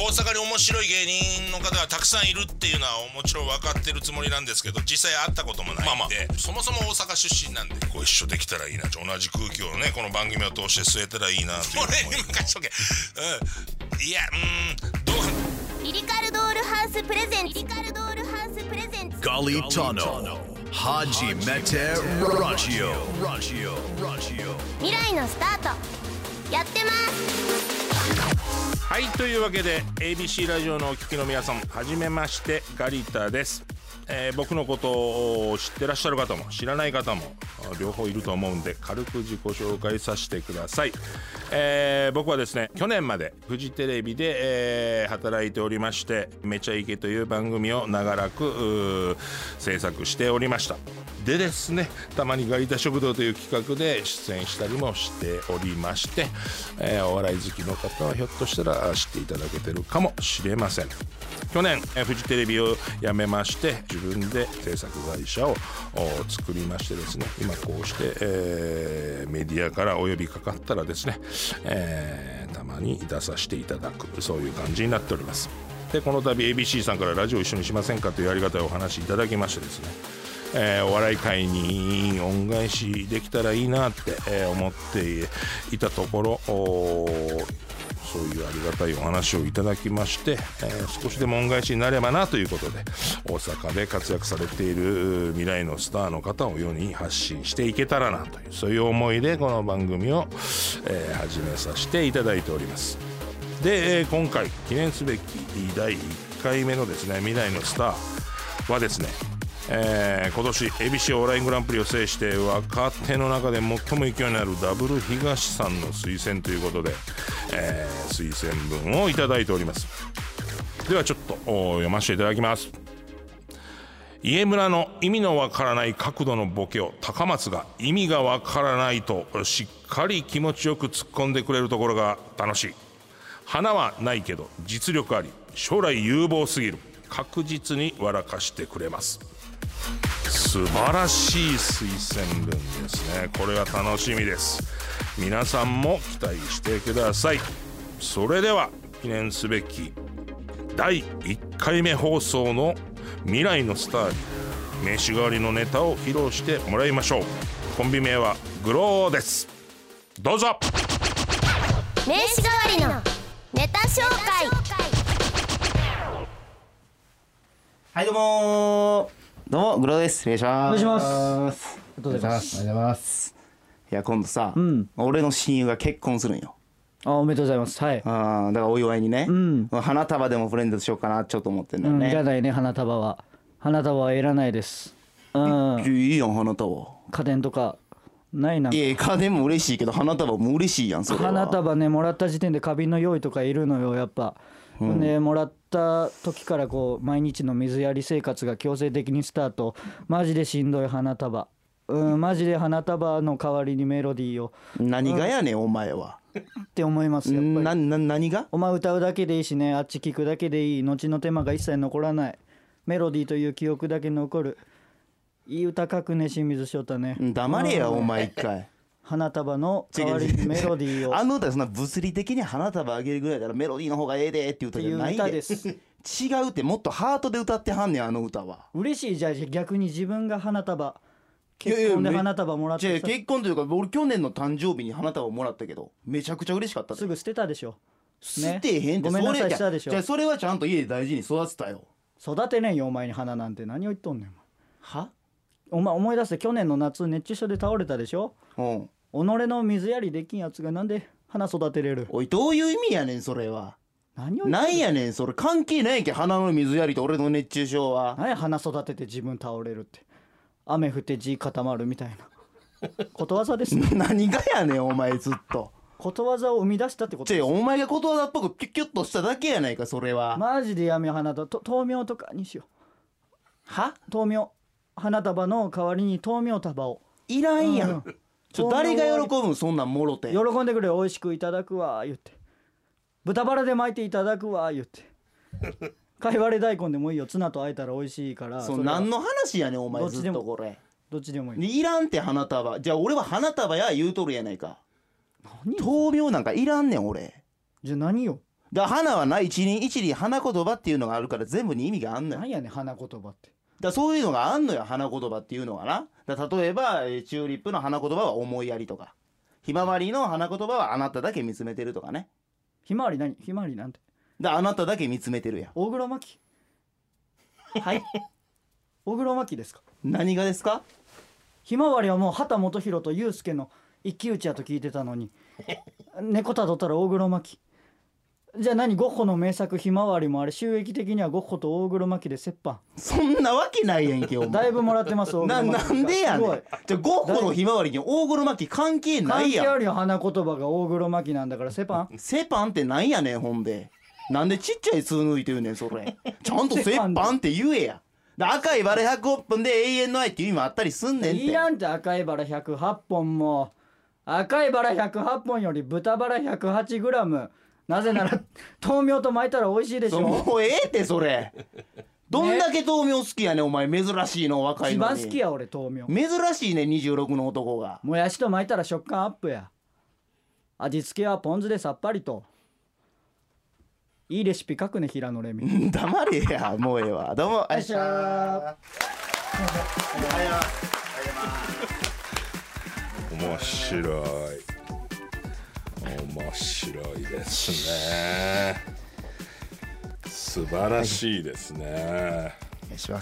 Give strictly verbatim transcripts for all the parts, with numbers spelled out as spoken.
阪に面白い芸人の方がたくさんいるっていうのはもちろん分かってるつもりなんですけど、実際会ったこともないんで、まあまあ、そもそも大阪出身なんでご一緒できたらいいな、同じ空気をねこの番組を通して吸えたらいいなという。それに任しとけ。うん、いや、うーん、どうリリカルドールハウスプレゼンツリリカルドールハウスプレゼンツガリタノ初めてラジオ未来のスタートやってます。 はい、というわけで エービーシー ラジオのお聞きの皆さん、はじめまして、ガリタです。えー、僕のことを知ってらっしゃる方も知らない方も両方いると思うんで、軽く自己紹介させてください。えー、僕はですね、去年までフジテレビで、えー、働いておりまして、めちゃイケという番組を長らく制作しておりました。でですね、たまにガリタ食堂という企画で出演したりもしておりまして、えー、お笑い好きの方はひょっとしたら知っていただけてるかもしれません。去年フジテレビを辞めまして、自分で制作会社を作りましてですね、今こうして、えー、メディアからお呼びかかったらですね、えー、たまに出させていただく、そういう感じになっております。で、この度 エービーシー さんからラジオ一緒にしませんかというやり方をお話しいただきましてですね、えー、お笑い界に恩返しできたらいいなって、えー、思っていたところ、そういうありがたいお話をいただきまして、えー、少しでも恩返しになればなということで、大阪で活躍されている未来のスターの方を世に発信していけたらなという、そういう思いでこの番組を、えー、始めさせていただいております。で、えー、今回記念すべきだいいっかいめのですね、未来のスターはですね、えー、今年 エービーシー オンライングランプリを制して若手の中で最も勢いのあるダブル東さんの推薦ということで、えー、推薦文をいただいております。ではちょっと読ませていただきます。家村の意味のわからない角度のボケを高松が意味がわからないとしっかり気持ちよく突っ込んでくれるところが楽しい。花はないけど実力あり、将来有望すぎる。確実に笑かしてくれます。素晴らしい推薦文ですね。これは楽しみです。皆さんも期待してください。それでは記念すべきだいいっかいめ放送の未来のスターに名刺代わりのネタを披露してもらいましょう。コンビ名はグローです。どうぞ。 名刺代わりのネタ紹介。 はい、どうもーどうもグローです。お願いします。 お願いします。ありがとうございます。 ありがとうございます。いや、今度さ、 うん、 俺の親友が結婚するんよ。 あ、おめでとうございます。はい。 ああ、だからお祝いにね、うん、花束でもプレゼントしようかなちょっと思ってんだよね。 うん、いらないね、花束は。花束はいらないです。うん。 いいやん、花束。 家電とかないな。 いや、家電も嬉しいけど花束も嬉しいやん。それは花束ね、もらった時点で花瓶の用意とかいるのよ、やっぱ。うん、でもらった時からこう毎日の水やり生活が強制的にスタート。マジでしんどい花束。うん、マジで花束の代わりにメロディーを。 何がやねん、うん、お前はって思いますよ。やっぱりなな何が。 お前歌うだけでいいしね、あっち聞くだけでいい。後の手間が一切残らない。メロディーという記憶だけ残る。いい歌書くね、清水翔太ね。 黙れやお前一回。 花束の代わりにメロディーを。 あの歌はそんな物理的に花束あげるぐらいだからメロディーの方がええでっていう歌じゃないで。 っていう歌です。 違うって、もっとハートで歌ってはんねん、あの歌は。 嬉しい。じゃあ逆に自分が花束、結婚で花束もらってさ。 いやいや、結婚というか俺去年の誕生日に花束をもらったけどめちゃくちゃ嬉しかったで。 すぐ捨てたでしょ。 捨てへんって。 ごめんなさいしたでしょ。 じゃあそれはちゃんと家で大事に育てたよ。 育てねんよお前に花なんて。何を言っとんねん。 はお前思い出して、去年の夏熱中症で倒れたでしょ。うん。己の水やりできんやつがなんで花育てれる。 おい、どういう意味やねんそれは。 何をなんやねんそれ。関係ないやんけ、花の水やりと俺の熱中症は。 何や花育てて自分倒れるって。雨降って地固まるみたいなことわざですね。 何がやねんお前、ずっとことわざを生み出したってことです。 お前がことわざっぽくキュッキュッとしただけやないか、それは。 マジでやめよ。花束と豆苗とかにしよう。 は豆苗。花束の代わりに豆苗束を。 いらんやん、うん、ちょ誰が喜ぶんそんなんもろて。 喜んでくれ。美味しくいただくわ言って、豚バラで巻いていただくわ言ってかいわれ大根でもいいよ。ツナとあえたら美味しいから。 それ何の話やねんお前、ずっとこれ。 どっちでもいい。 いらんって花束。じゃあ俺は花束や言うとるやないか。豆苗なんかいらんねん俺。 じゃあ何よ。 だから花はな一輪一輪花言葉っていうのがあるから全部に意味があんのよ。 なんやねん花言葉って。 だそういうのがあんのよ花言葉っていうのはな。だ例えばチューリップの花言葉は思いやりとか、ひまわりの花言葉はあなただけ見つめてるとかね。 ひまわり何？ひまわりなんて。 だあなただけ見つめてるやん。 大黒摩季。はい大黒摩季ですか？ 何がですか？ ひまわりはもう畑基博とユースケの一騎打ちやと聞いてたのに猫たどったら大黒摩季。じゃあ何ゴッホの名作ひまわりもあれ収益的にはゴッホと大黒摩季で折半。 そんなわけないやんけお前。 だいぶもらってます大黒な摩季。 なんでやねん。じゃあゴッホのひまわりに大黒摩季関係ないやん。 関係あるよ花言葉が大黒摩季なんだから折半。 折半ってなんやねんほんで。なんでちっちゃい「つ」抜いてるねんそれ。ちゃんと折半って言えや。赤いバラひゃくほっぽんで永遠の愛っていう意味もあったりすんねんって。 いらんって赤いバラひゃくはちぽんも。赤いバラひゃくはちぽんより豚バラひゃくはちグラム。なぜなら豆苗と巻いたら美味しいでしょ。 もうええってそれ。どんだけ豆苗好きやねんお前。珍しいの若いのに。 一番好きや俺豆苗。 珍しいねにじゅうろくの男が。 もやしと巻いたら食感アップや。味付けはポン酢でさっぱりと。いいレシピ書くね平野レミ。 黙れやもうええわ。どうもあよいしょー。 面白い面白いですね。素晴らしいですね。 お願いします。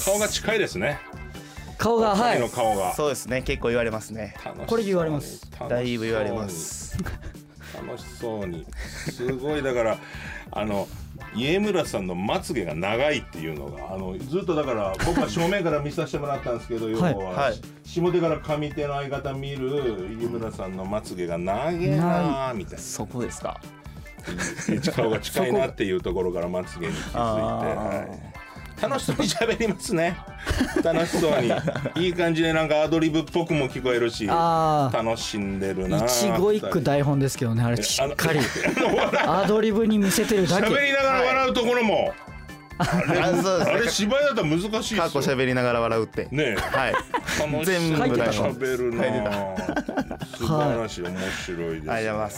顔が近いですね。 顔がはいの顔がそうですね結構言われますね。 これ言われます。 だいぶ言われます。 楽しそうにすごい。だからあの家村さんのまつげが長いっていうのがあのずっとだから僕は正面から見させてもらったんですけど、要は、はい、下手から上手の相方見る家村さんのまつげが長いなみたいな。 そこですか。 顔が近いなっていうところからまつげに気づいて、はい、楽しそうに喋りますね。楽しそうにいい感じでなんかアドリブっぽくも聞こえるし楽しんでるな。 一語一句台本ですけどねあれしっかりアドリブに見せてるだけ。 喋りながら笑うところも、はい、あ, れあれ芝居だったら難しいですよ。 過去喋りながら笑うってね。はい楽しそうに喋るな。素晴らしい面白いです、ね。 ありがとうございます。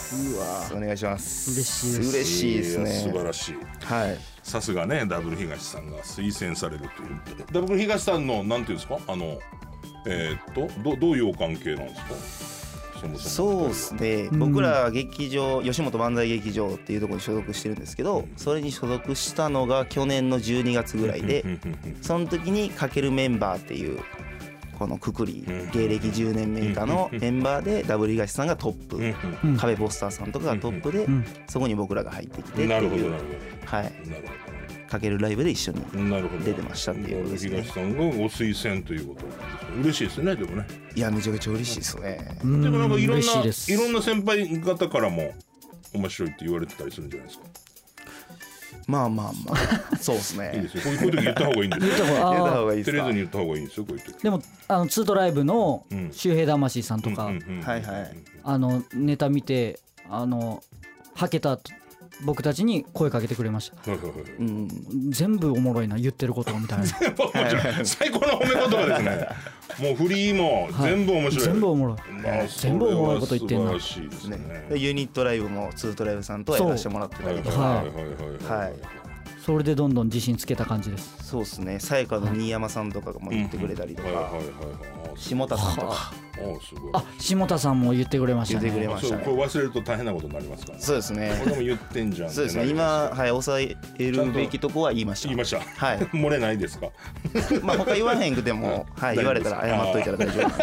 お願いします。 嬉しいです。 嬉しいですね。 素晴らしい。 はい。 さすがねダブル東さんが推薦されるという。ダブル東さんのなんていうんですかあのえー、っと ど, どういうお関係なんですか。そもそもそうですね、うん、僕ら劇場吉本漫才劇場っていうところに所属してるんですけど、それに所属したのが去年のじゅうにがつぐらいでその時にかけるメンバーっていうこのくくり芸歴じゅうねんめ以下のメンバーでダブル東さんがトップ、壁ポスターさんとかがトップでそこに僕らが入ってきてっていう、 なるほどなるほど、 はい、かけるライブで一緒に出てましたっていうことですね。 東さんがご推薦ということ嬉しいですね。でもねいやめちゃくちゃ嬉しいですね。 でもなんかいろんないろんな先輩方からも面白いって言われてたりするんじゃないですか。 まあまあまあそうですね。 いいですよこういう時言った方がいいんですよ。 言った方がいいですか。 照れずに言った方がいいんですよこういう時。 でもあのツートライブの周平魂さんとかはいはいあのネタ見てあのはけた僕たちに声かけてくれました、うん、全部おもろいな言ってることみたいな最高の褒め言葉ですね。もうフリーも全部面白い、はい、 全部おもろい全部おもろいこと言ってんの、 素晴らしいですね。 ユニットライブもツートライブさんとはやらせてもらってたりとか、はいはい、 それでどんどん自信つけた感じです。 そうですね。さやかの新山さんとかがも言ってくれたりとか下田さんとかあ下田さんも言ってくれましたね。 言ってくれましたね。 これ忘れると大変なことになりますから、ね、 そうですね。 これも言ってんじゃん。 そうですね。今はい抑えるべきとこは言いました。 言いました。 はい。 漏れないですか。 まあ他言わへんくてもはい言われたら謝っといたら大丈夫なんで。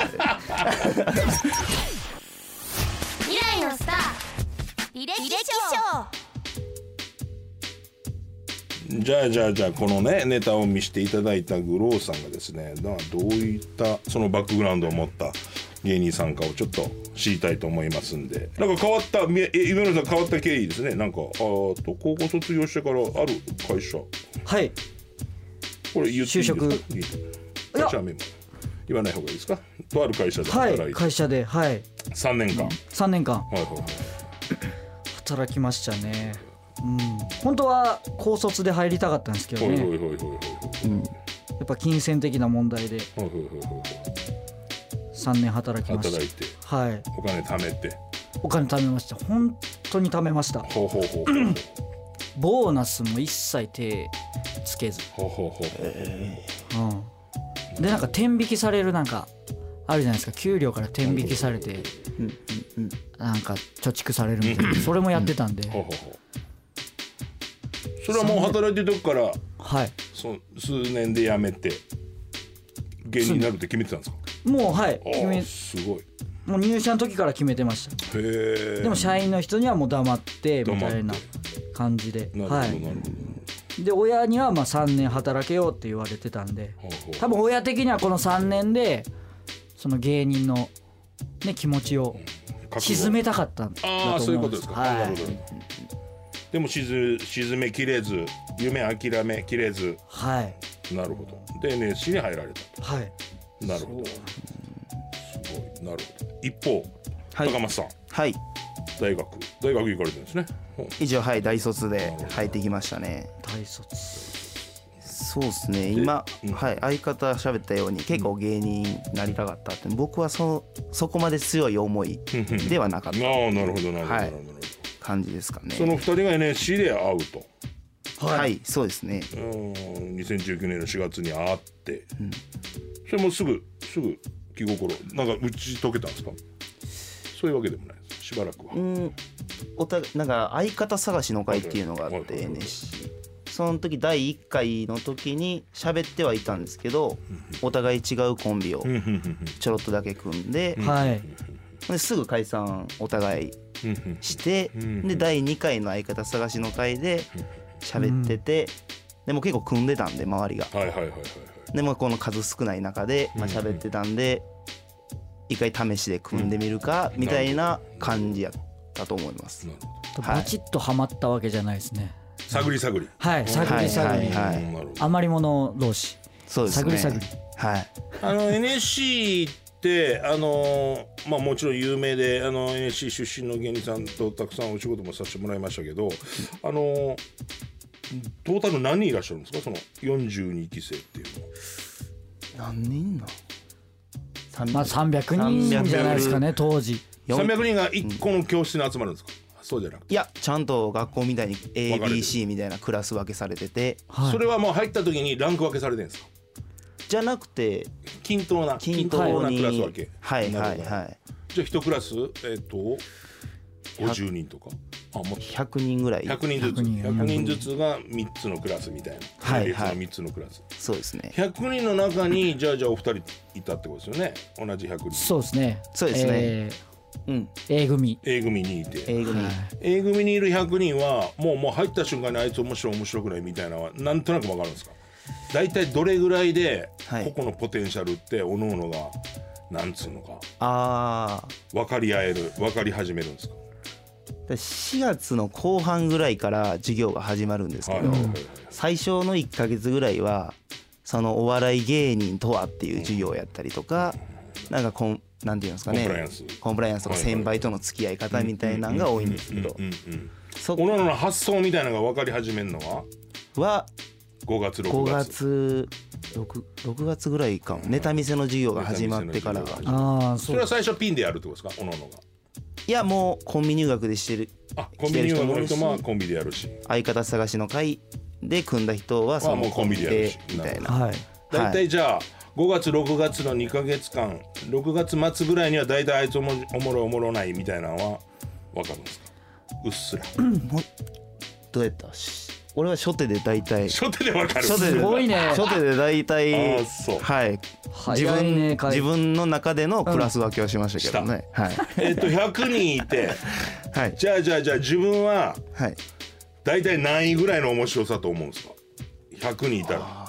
未来のスター履歴書。 じゃあじゃあじゃあこのねネタを見せていただいたグローさんがですねどういったそのバックグラウンドを持った芸人さんかをちょっと知りたいと思いますんで、なんか変わった夢村さん変わった経緯ですね。なんかあと高校卒業してからある会社はいこれ言っていいですか。 就職会社名も言わない方がいいですか。とある会社で働いて、はい、 会社ではいさんねんかんさんねんかん、 はいはいはい、 働きましたね。うん、本当は高卒で入りたかったんですけどね。やっぱ金銭的な問題でさんねん働きました。 働いて、 はい、 お金貯めてお金貯めました。本当に貯めました。 ほうほうほうボーナスも一切手つけず、 ほうほうほうほううん、でなんか天引きされるなんかあるじゃないですか、給料から天引きされてなんか貯蓄されるみたいな、それもやってたんで、 ほうほうほうそれはもう働いてる時からはい、 そ数年で辞めて芸人になるって決めてたんですか？ もうはい決あめーすごい。 もう入社の時から決めてました。 へえ。 でも社員の人にはもう黙ってみたいな感じで、 なるほどはなるほど。 い、で親にはまあさんねん働けようって言われてたんで、 ほうほう多分親的にはこのさんねんでその芸人の、ね、気持ちを沈めたかったんだと思うんです。 ああそういうことですか。 はい、 なるほど。でも沈沈めきれず夢諦めきれず、 はい、 なるほど。で エヌエスシー に入られた。 はい、 なるほど。すごいなるほど。一方、 はい高松さんはい大学大学行かれてるんですね。ほう一応はい大卒で入ってきましたね。 大卒。 そうですね今、 うんはい相方喋ったように結構芸人になりたかったって僕はそそこまで強い思いではなかったああなるほどなるほどなはいるほど。 感じですかね。 その二人が エヌエスシー で会うと。 はい、はい、そうですね。 うんにせんじゅうきゅうねんのしがつに会って、うん、それもすぐすぐ気心なんか打ち解けたんですか？そういうわけでもないですしばらくは。 うんおたなんか相方探しの会っていうのがあって エヌエスシー その時だいいっかいの時に喋ってはいたんですけどお互い違うコンビをちょろっとだけ組んで、 はい、 ですぐ解散お互いしてでだいにかいの相方探しの会で喋っててでも結構組んでたんで周りがはいはいはいはいでもこの数少ない中でまあ喋ってたんで一回試しで組んでみるかみたいな感じやったと思います。 バチッとハマったわけじゃないですね。 探り探り。 はい探り探り、 はいはいはい、 余り物同士。 そうですね。 探り探り。 はい。 あの エヌエスシー ってあのまあもちろん有名であの エヌエスシー 出身の芸人さんとたくさんお仕事もさせてもらいましたけど、あのトータル何人いらっしゃるんですか？そのよんじゅうにき生っていうのは。 何人な？ まあさんびゃくにんじゃないですかね当時。 さんびゃくにんがいっこの教室に集まるんですか？そうじゃなくて。 いやちゃんと学校みたいに エービーシー みたいなクラス分けされてて、 はい、それはもう入った時にランク分けされてるんですか？ じゃなくて均等な均等なクラス分け。 はいはいはい。 じゃあいちクラスえっとごじゅうにんとかあもうひゃくにんぐらいひゃくにんずつひゃくにんずつがみっつのクラスみたいなはいはいみっつのクラスそうですね。 ひゃくにんの中にじゃあじゃあお二人いたってことですよね。同じひゃくにん。 そうですねそうですね、 えー、うん A 組 A 組にいて A 組、はい、 A 組にいるひゃくにんはもうもう入った瞬間にあいつ面白い面白くないみたいなのはなんとなく分かるんですか？大体どれぐらいで個々のポテンシャルっておのおのがなんつうのかあ分かり合える分かり始めるんですか？ しがつの後半ぐらいから授業が始まるんですけど、はいはいはいはい、最初のいっかげつぐらいはそのお笑い芸人とはっていう授業をやったりとか、うん、なんかこんなんていうんですかねコンプライアンスコンプライアンスとか先輩との付き合い方みたいなのが多いんですけどおのおのの発想みたいなのが分かり始めるのははごがつろくがつろくがつぐらいかもネタ見せの授業が始まってからがあそれは最初ピンでやるってことですか？おのおのがいやもうコンビ入学でしてるあコンビ入学の人もコンビでやるし相方探しの会で組んだ人はそのコンビでみたいな、はい、 だいたいじゃあごがつろくがつのにかげつかんろくがつ末ぐらいにはだいたいあいつおもろいおもろないみたいなのは分かるんですか？うっすらどうやった俺は初手で大体初手で分かるすごいね初手で大体あそうはい自分、ね、自分の中でのクラス分けをしましたけどね、うんはい、 えっとひゃくにんいて、はい、じゃあじゃあじゃあ自分は大体何位ぐらいの面白さと思うんですか？ひゃくにんいたら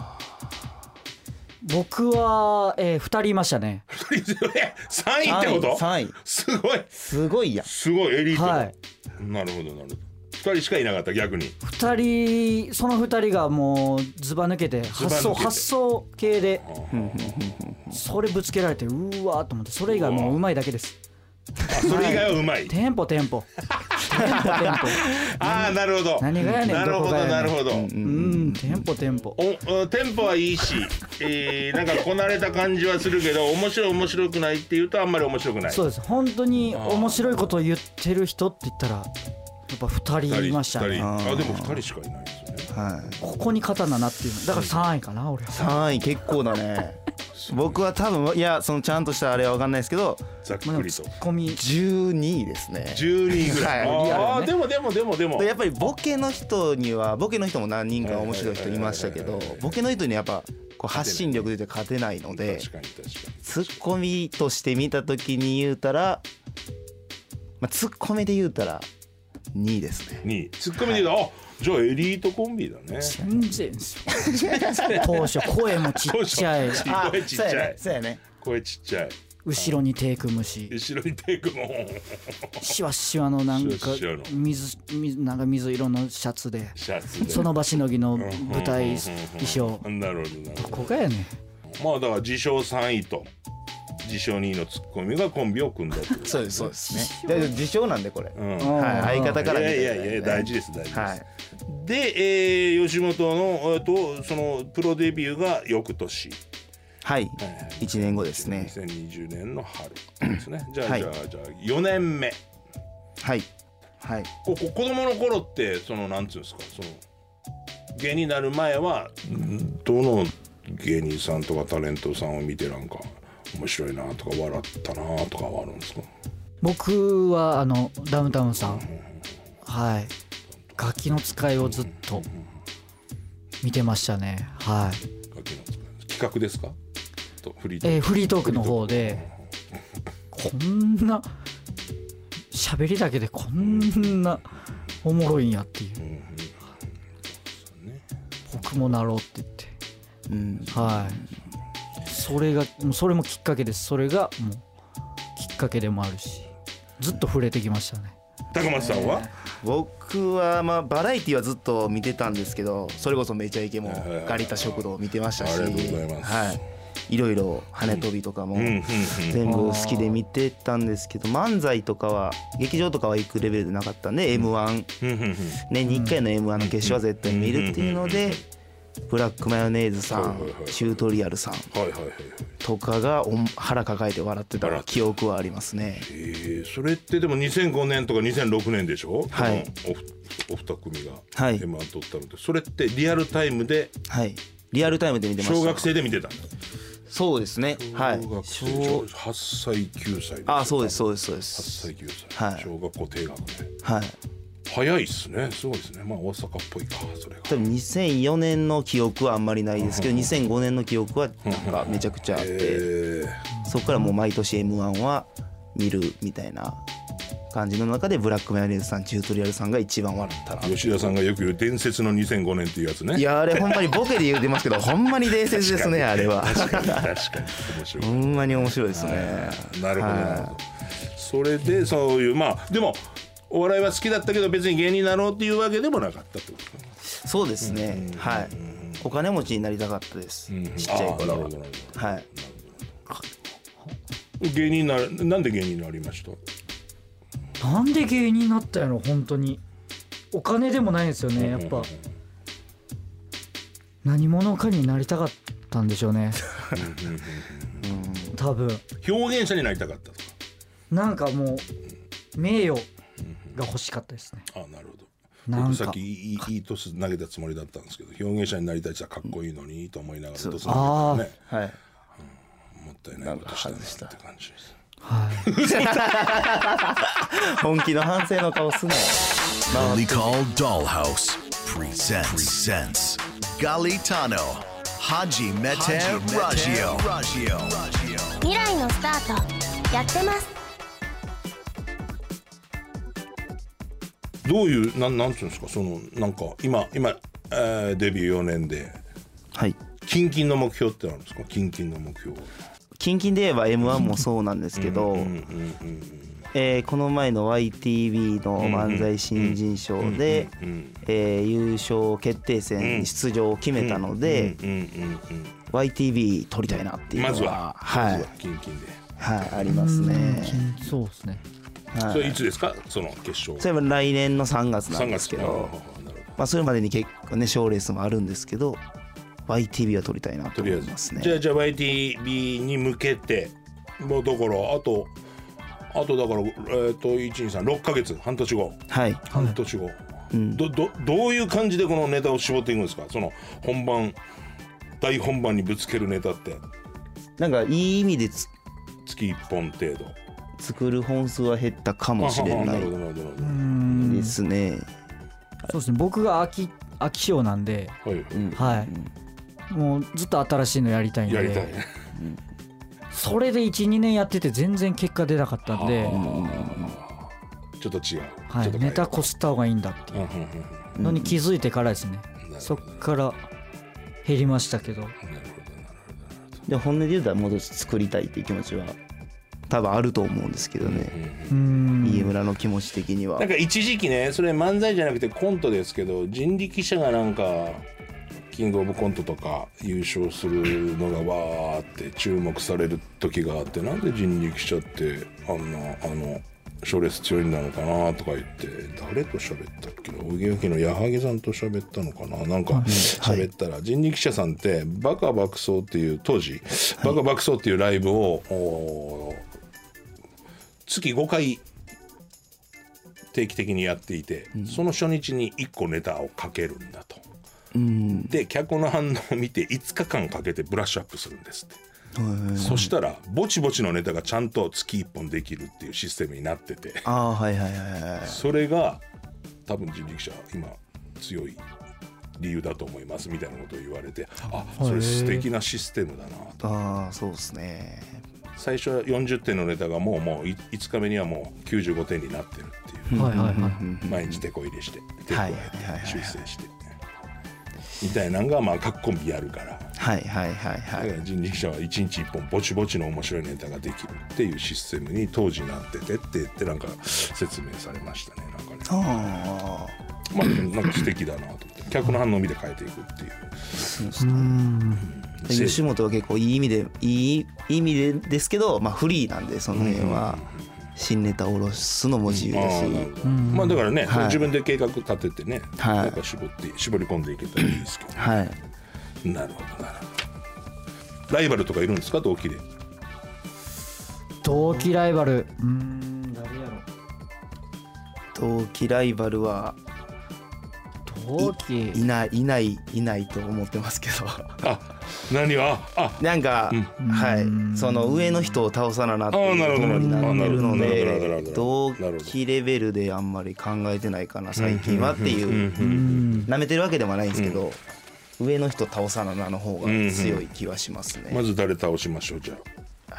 僕は、えー、ふたりいましたねさんいってこと？ さんいすごいすごいやすごいエリート、 はい、 なるほどなるほどふたりしかいなかった逆にふたりそのふたりがもうずば抜けて発想発想系でそれぶつけられてうわーと思ってそれ以外もううまいだけです。 あそれ以外はうまい、 テンポテンポああなるほど。 何がやねんなるほどどこがやねんなるほど。 うんテンポテンポおテンポはいいし、えー、なんかこなれた感じはするけど面白い面白くないっていうとあんまり面白くない。 そうです。本当に面白いことを言ってる人って言ったらやっぱふたりいましたね。 あでもふたりしかいないですよね。 はい、 ここに刀なっていうだからさんいかな俺は。 さんい結構だね。僕は多分いやそのちゃんとしたあれは分かんないですけどざっくりとコミじゅうにいですね。 じゅうにいぐらい、 はい、 ああでもでもでもでもやっぱりボケの人にはボケの人も何人か面白い人いましたけどボケの人にやっぱこう発信力出て勝てないので確かに確かにツッコミとして見た時に言うたら、まあ、ツッコミで言うたらにいですね。 にいツッコミで言うと、はい、あじゃあエリートコンビだね。 全然ですよ当初声もちっちゃい声ちっちゃいそうやね声ちっちゃい後ろに手組むし後ろに手組むシワシワのなんか水水なんか水色のシャツでシャツでその場しのぎの舞台衣装なるほどなるほど。 ここがやねまあだから自称さんいと自称にいのツッコミがコンビを組んだという。 そうですそうですね。だから自称なんでこれ、 うんはい、相方から見て、 いやいやいや大事です大事です、 はい、 で、えー、吉本の、えー、とそのプロデビューが翌年はい、はい、いちねんごですね。 にせんにじゅうねんの春ですね。じゃあ、 はい、 じゃあじゃあよねんめはいはい。 ここ子供の頃ってそのなんつうんですかその芸人になる前はどの芸人さんとかタレントさんを見てなんか面白いなとか笑ったなとかはあるんですか。 僕はあのダウンタウンさん、はいガキの使いをずっと見てましたね。はいガキの使い企画ですかとフリートーク、 えー、フリートークの方でこんな喋りだけでこんなおもろいんやっていう、うんうんね、僕もなろうって言って、うん、はいそれがそれもきっかけです。それがもうきっかけでもあるしずっと触れてきましたね。 高松さんは、 えー、僕はまあバラエティはずっと見てたんですけどそれこそめちゃイケもガリタ食堂見てましたし、 ありがとうございます、 はい、いろいろ羽飛びとかも全部好きで見てたんですけど漫才とかは劇場とかは行くレベルでなかったんで エムワン 年にいっかいの エムワン の決勝は絶対見るっていうのでブラックマヨネーズさんチュートリアルさんとかが腹抱えて笑ってた記憶はありますね。 えー、それってでもにせんごねんとかにせんろくねんでしょ。 はい、 お二組が エムワン 取ったので、 はい、 それってリアルタイムで、 はい、リアルタイムで見てました。 小学生で見てたんだ。 そうですね。はい。 小学生はっさいきゅうさい。 あ、そうですそうですそうです。 はっさいきゅうさい、はい、小学校低学年。 はい。 早いっすね。すごいですね。まあ大阪っぽいかそれが。 多分にせんよねんの記憶はあんまりないですけど、にせんごねんの記憶はなんかめちゃくちゃあって、そこからもう毎年 エムワン は見るみたいな感じの中でブラックマヨネーズさんチュートリアルさんが一番笑ったな。 吉田さんがよく言う伝説のにせんごねんっていうやつね。 いやあれほんまにボケで言うてますけどほんまに伝説ですねあれは。 確かに確かに面白い。 ほんまに面白いですね。 なるほどなるほど。それでそういうまあでもお笑いは好きだったけど別に芸人になろうっていうわけでもなかったってことかな。 そうですね、うん、はい、お金持ちになりたかったです、うん、ちっちゃい頃は。はい。 芸人ななんで芸人になりました。 なんで芸人になったやろ。本当にお金でもないんですよね。やっぱ何者かになりたかったんでしょうね多分表現者になりたかったとかなんかもう名誉が欲しかったですね。 あ、なるほど。僕さっきいいいいトス投げたつもりだったんですけど表現者になりたいって言ったらかっこいいのにと思いながらトス投げたらね、 はい、 うん、もったいないことしたなって感じです。 はい、 本気の反省の顔すなよ。 Only Called Dollhouse presents Galitano Hajimete Radio。 未来のスタートやってます。 どういうなんなんていうんですかそのなんか今今、えー、デビューよねんで、 はい、 近々の目標ってあるんですか。近々の目標。 近々で言えば エムワン もそうなんですけど、えこの前の ワイティービー の漫才新人賞でえ優勝決定戦に出場を決めたので ワイティービー 取りたいなっていうのはまずは、はい、まずは近々で、 はい、ありますね。 そうですね。 はい、 それいつですかその決勝？ それは来年のさんがつなんですけど、まあそれまでに結構ね賞レースもあるんですけど ワイティービー は取りたいなと思いますね。 じゃあじゃあ ワイティービー に向けてもうだからあとあとだからえっ、ー、といちにさんろっかげつ半年後、 はい半年後、 うん、 どどどういう感じでこのネタを絞っていくんですか？その本番大本番にぶつけるネタってなんかいい意味でつ月いっぽん程度作る本数は減ったかもしれないですね。 そうですね、僕が秋秋賞なんで、はい、はいうん、もうずっと新しいのやりたいんで、やりたい、うん、それでいちにねんやってて全然結果出なかったんで、 ちょっと違う、 はい、ネタこすった方がいいんだっていうのに気づいてからですね、うん、そっから減りましたけど、なるほどなるほど。で本音で言うたらもうちょっと作りたいっていう気持ちは多分あると思うんですけどね、うん、家村の気持ち的には。 なんか一時期ね、それ漫才じゃなくてコントですけど、人力車がなんかキングオブコントとか優勝するのがわーって注目される時があって、なんで人力車ってあんなあの賞レース強いんだのかなとか言って、誰と喋ったっけな、おぎやはぎの矢作さんと喋ったのかな、なんか喋ったら、人力車さんってバカ爆走っていう当時バカ爆走っていうライブを月ごかい定期的にやっていて、その初日にいっこネタをかけるんだと、うん、で脚本の反応を見ていつかかんかけてブラッシュアップするんですって。そしたらぼちぼちのネタがちゃんと月いっぽんできるっていうシステムになってて、 あ、はいはいはいはい、 それが多分人力車今強い理由だと思いますみたいなことを言われて、あ、それ素敵なシステムだなと。 ああ、そうですね。 最初はよんじゅってんのネタがもうもういつかめにはもうきゅうじゅうごてんになってるっていう、はいはいはい、毎日テコ入れしてテコ入れて修正してみたいなのがまあカッコンビやるから、 はいはいはいはい、 だから人力車はいちにちいっぽんぼちぼちの面白いネタができるっていうシステムに当時なっててって言ってなんか説明されましたね。なんかね、あまあなんか素敵だなと思って、客の反応を見て変えていくっていう。そうですね。 吉本は結構いい意味でいい意味でですけど、まあフリーなんでその辺は新ネタを下ろすのも自由だし、 うん、まあだからね、はい、自分で計画立ててね、はい、なんか絞って絞り込んでいけたらいいですけど、ね、はい、なるほどなるほど。ライバルとかいるんですか、同期で？ 同期ライバル、うーん、誰やろ。同期ライバルは同期い, いないいないいないと思ってますけどあ、何はあなんか、うん、はいその上の人を倒さななっていうところになってるので、同期レベルであんまり考えてないかな最近はっていうなめてるわけでもないんですけど、うん、上の人倒さななの方が強い気はしますね。 まず誰倒しましょうじゃあ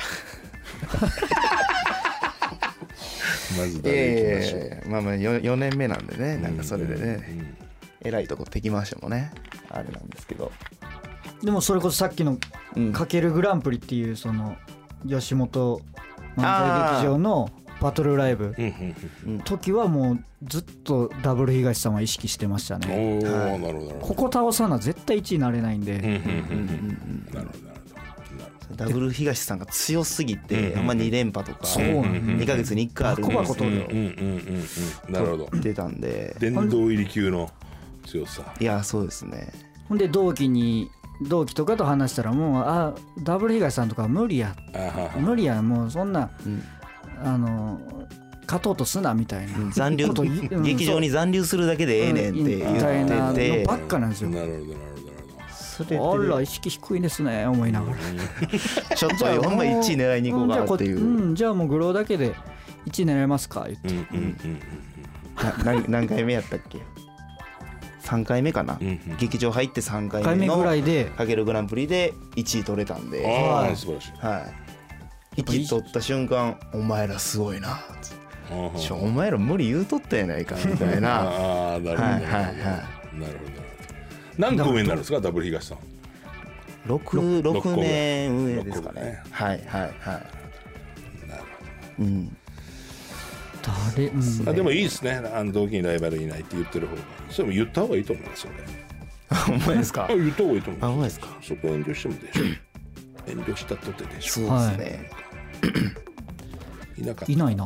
まず誰行きましょう。 えー、まあまあ 4, よねんめなんでね、なんかそれでね、うんうん、偉いとこ敵回してもねあれなんですけど、 でもそれこそさっきのかけるグランプリっていうその吉本漫才劇場のバトルライブ時はもうずっとダブル東さんは意識してましたね。おー、はい、なるほど。ここ倒さな絶対いちいになれないんで、なるほどなるほど。 ダブル東さんが強すぎて、あんまに連覇とかにかげつにいっかいあるんですよ。 なるほど。 出たんで殿堂入り級の強さ。 いや、そうですね。 ほんで同期に同期とかと話したらもうあダブル東さんとかは無理や無理やもうそんな、うん、あの勝とうとすなみたいな、うん、 残留劇場に残留すするだけでええねんって言ってて、 うん、ばっかなんですよ。 なるほどなるほど。 あら意識低いですね思いながらちょっとほんまいちい狙いに行こうかなっていう、 うん、じゃあもうグローだけでいちい狙いますか言って、うんうんうん、何回目やったっけさんかいめかな、うんうん、劇場入ってさんかいめのぐらいでかけるグランプリでいちい取れたんで、 ああ素晴らしい、 はい、いちい取った瞬間お前らすごいなちょお前ら無理言うとったやないかみたいなああなるほど、はいはいはい、なるほど。何個上になるんですかダブル東さん。 6, 6年上ですかね。はいはいはい。なるほど。うん。 誰、うん、 あでもいいですね。あの同期にライバルいないって言ってる方が、それも言った方がいいと思いますよね。 ほんまですか。 言った方がいいと思います。 あ、ほんまですか。 そこ遠慮してもでしょ。遠慮したとてでしょ。 そうですね。 いなかった。いないな。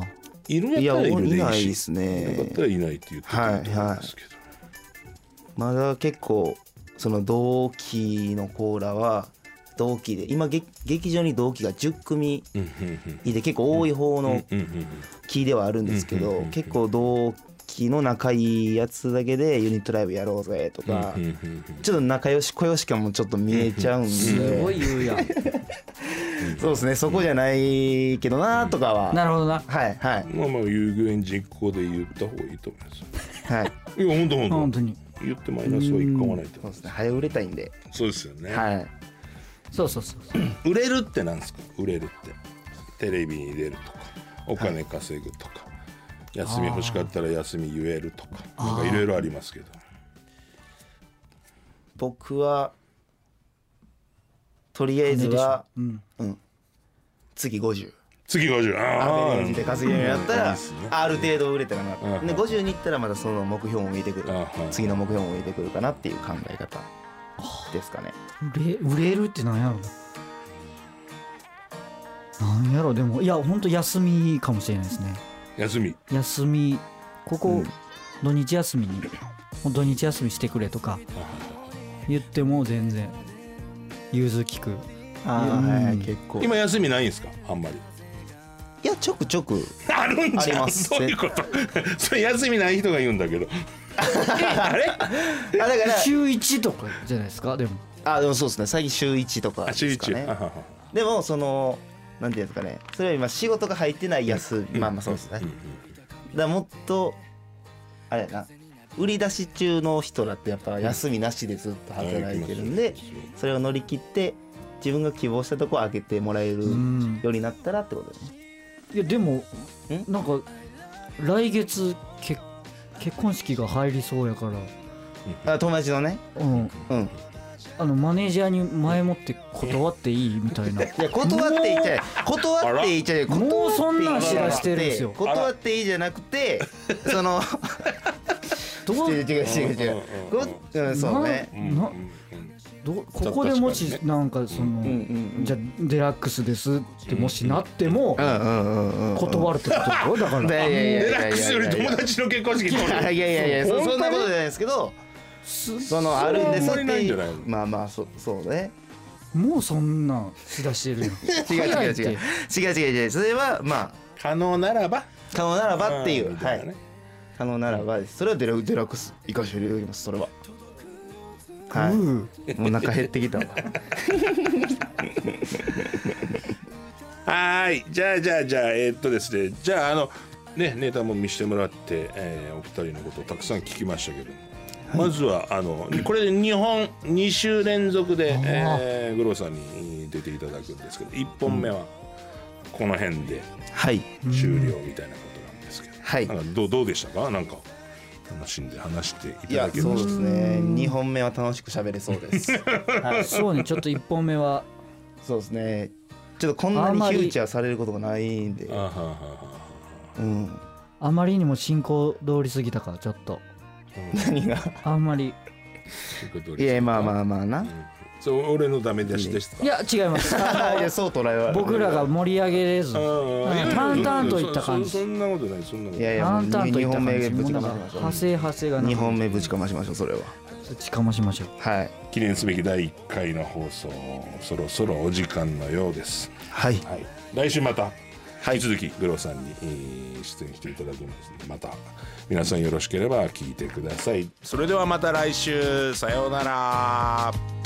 いるんやったらいるでいいし、 いやいないですね。 いなかったらいないって言ってたと思うんですけど、 まだ結構その同期のコーラは同期で今劇劇場に同期がじゅっくみいて結構多い方の期ではあるんですけど、結構同期の仲いいやつだけでユニットライブやろうぜとか、ちょっと仲良し小良し感もちょっと見えちゃうんで、 すごい言うやんそうですね、そこじゃないけどなとかは、 なるほどな。 はいはいまあまあ有言実行で言った方がいいと思いますはい、 いや本当本当本当に言ってマイナスはいかわないと思うそうですね、早売れたいんで、 そうですよね、 はい、 そうそうそうそう売れるってなんですか？売れるってテレビに出るとかお金稼ぐとか、休み欲しかったら休み言えるとかなんかいろいろありますけど、 僕はとりあえずは、 うん、 うん、月ごじゅう次ごじゅう、あアベレージで稼げるようになったらいいっすねある程度売れたかな、 うんでごじゅうにいったらまたその目標も見えてくる、 うん次の目標も見えてくるかなっていう考え方ですかね。 売れ売れるってなんやろなんやろでもいや本当休みかもしれないですね。 休み休みここ、 うん土日休みにもう土日休みしてくれとか言っても全然融通きく。 あー、はい、結構今休みないんですか？あんまりいやちょくちょくあるんじゃん。 ありますそういうことそれ休みない人が言うんだけどあれあだから週いちとかじゃないですか。でもあでもそうですね、最近週いちとかあです週一かね。 あははでもそのなんていうんですかね、それは今仕事が入ってない休み、まあまあそうですね、だからもっとあれやな、売り出し中の人だってやっぱ休みなしでずっと働いてるんで、それを乗り切って自分が希望したとこを開けてもらえるようんうになったらってことですね。 いやでもんなんか来月結結婚式が入りそうやからあ友達のね、 うんうん、 あのマネージャーに前もって断っていいみたいな。 いや断っていいじゃない、断っていいじゃない、 もうそんなん知らしてるんですよ。 断っていいじゃなくてそのどう違う違う違う違う、ごうんそうね、 ななどここでもし確かにねなんかその、 うんうんうん、 じゃあデラックスですってもしなってもうんうんうんうん断るってことだろ。だからいやいやいやデラックスより友達の結婚式いやいやいやいや、そそんなことじゃないですけど、そのあるんですそれはあんまりないんじゃないのまあまあそそうね、 もうそんなんしだしてるよ。 違う違う違う違う早いって違う違う違う、それはまあ可能ならば可能ならばっていう、はいみたいなね、 可能ならばです。それはデラデラックス行かしていただきます。それははい、 うんもうお腹減ってきたわはーい、じゃあじゃあじゃあえーっとですね、じゃああのねネタも見せてもらって、えーお二人のことをたくさん聞きましたけども、まずはあのこれでにほんに週連続で、えー、グローさんに出ていただくんですけど、いっぽんめはこの辺ではい終了みたいなことなんですけど、 はい、 なんかどうどうでしたか？なんか楽しんで話していいたやそうでだけました。 すね、にほんめは楽しく喋れそうですはい、 そうね、ちょっといっぽんめはそうですね、ちょっとこんなにフューチャーされることがないんで、 あははははうん、 あまりにも進行通り過ぎたからちょっと何があんまりそういうことですいやまあまあまあな、 うんそう俺のダメ出しでしたか？ いや違います。 いやそう捉えは僕らが盛り上げれずあーいやいや淡々といった感じそそそんなことないそんなことないいやいやもう淡々といにほんった感じ。 めぶちかもうなんかましましょ派生派生がう、 なにほんめぶちかましましょう、それはぶちかましましょう。 はい記念すべきだいいっかいの放送そろそろお時間のようです。 はいはい、来週また引き続きグロさんにえー出演していただくのですので、また皆さんよろしければ聞いてください。それではまた来週、さようなら。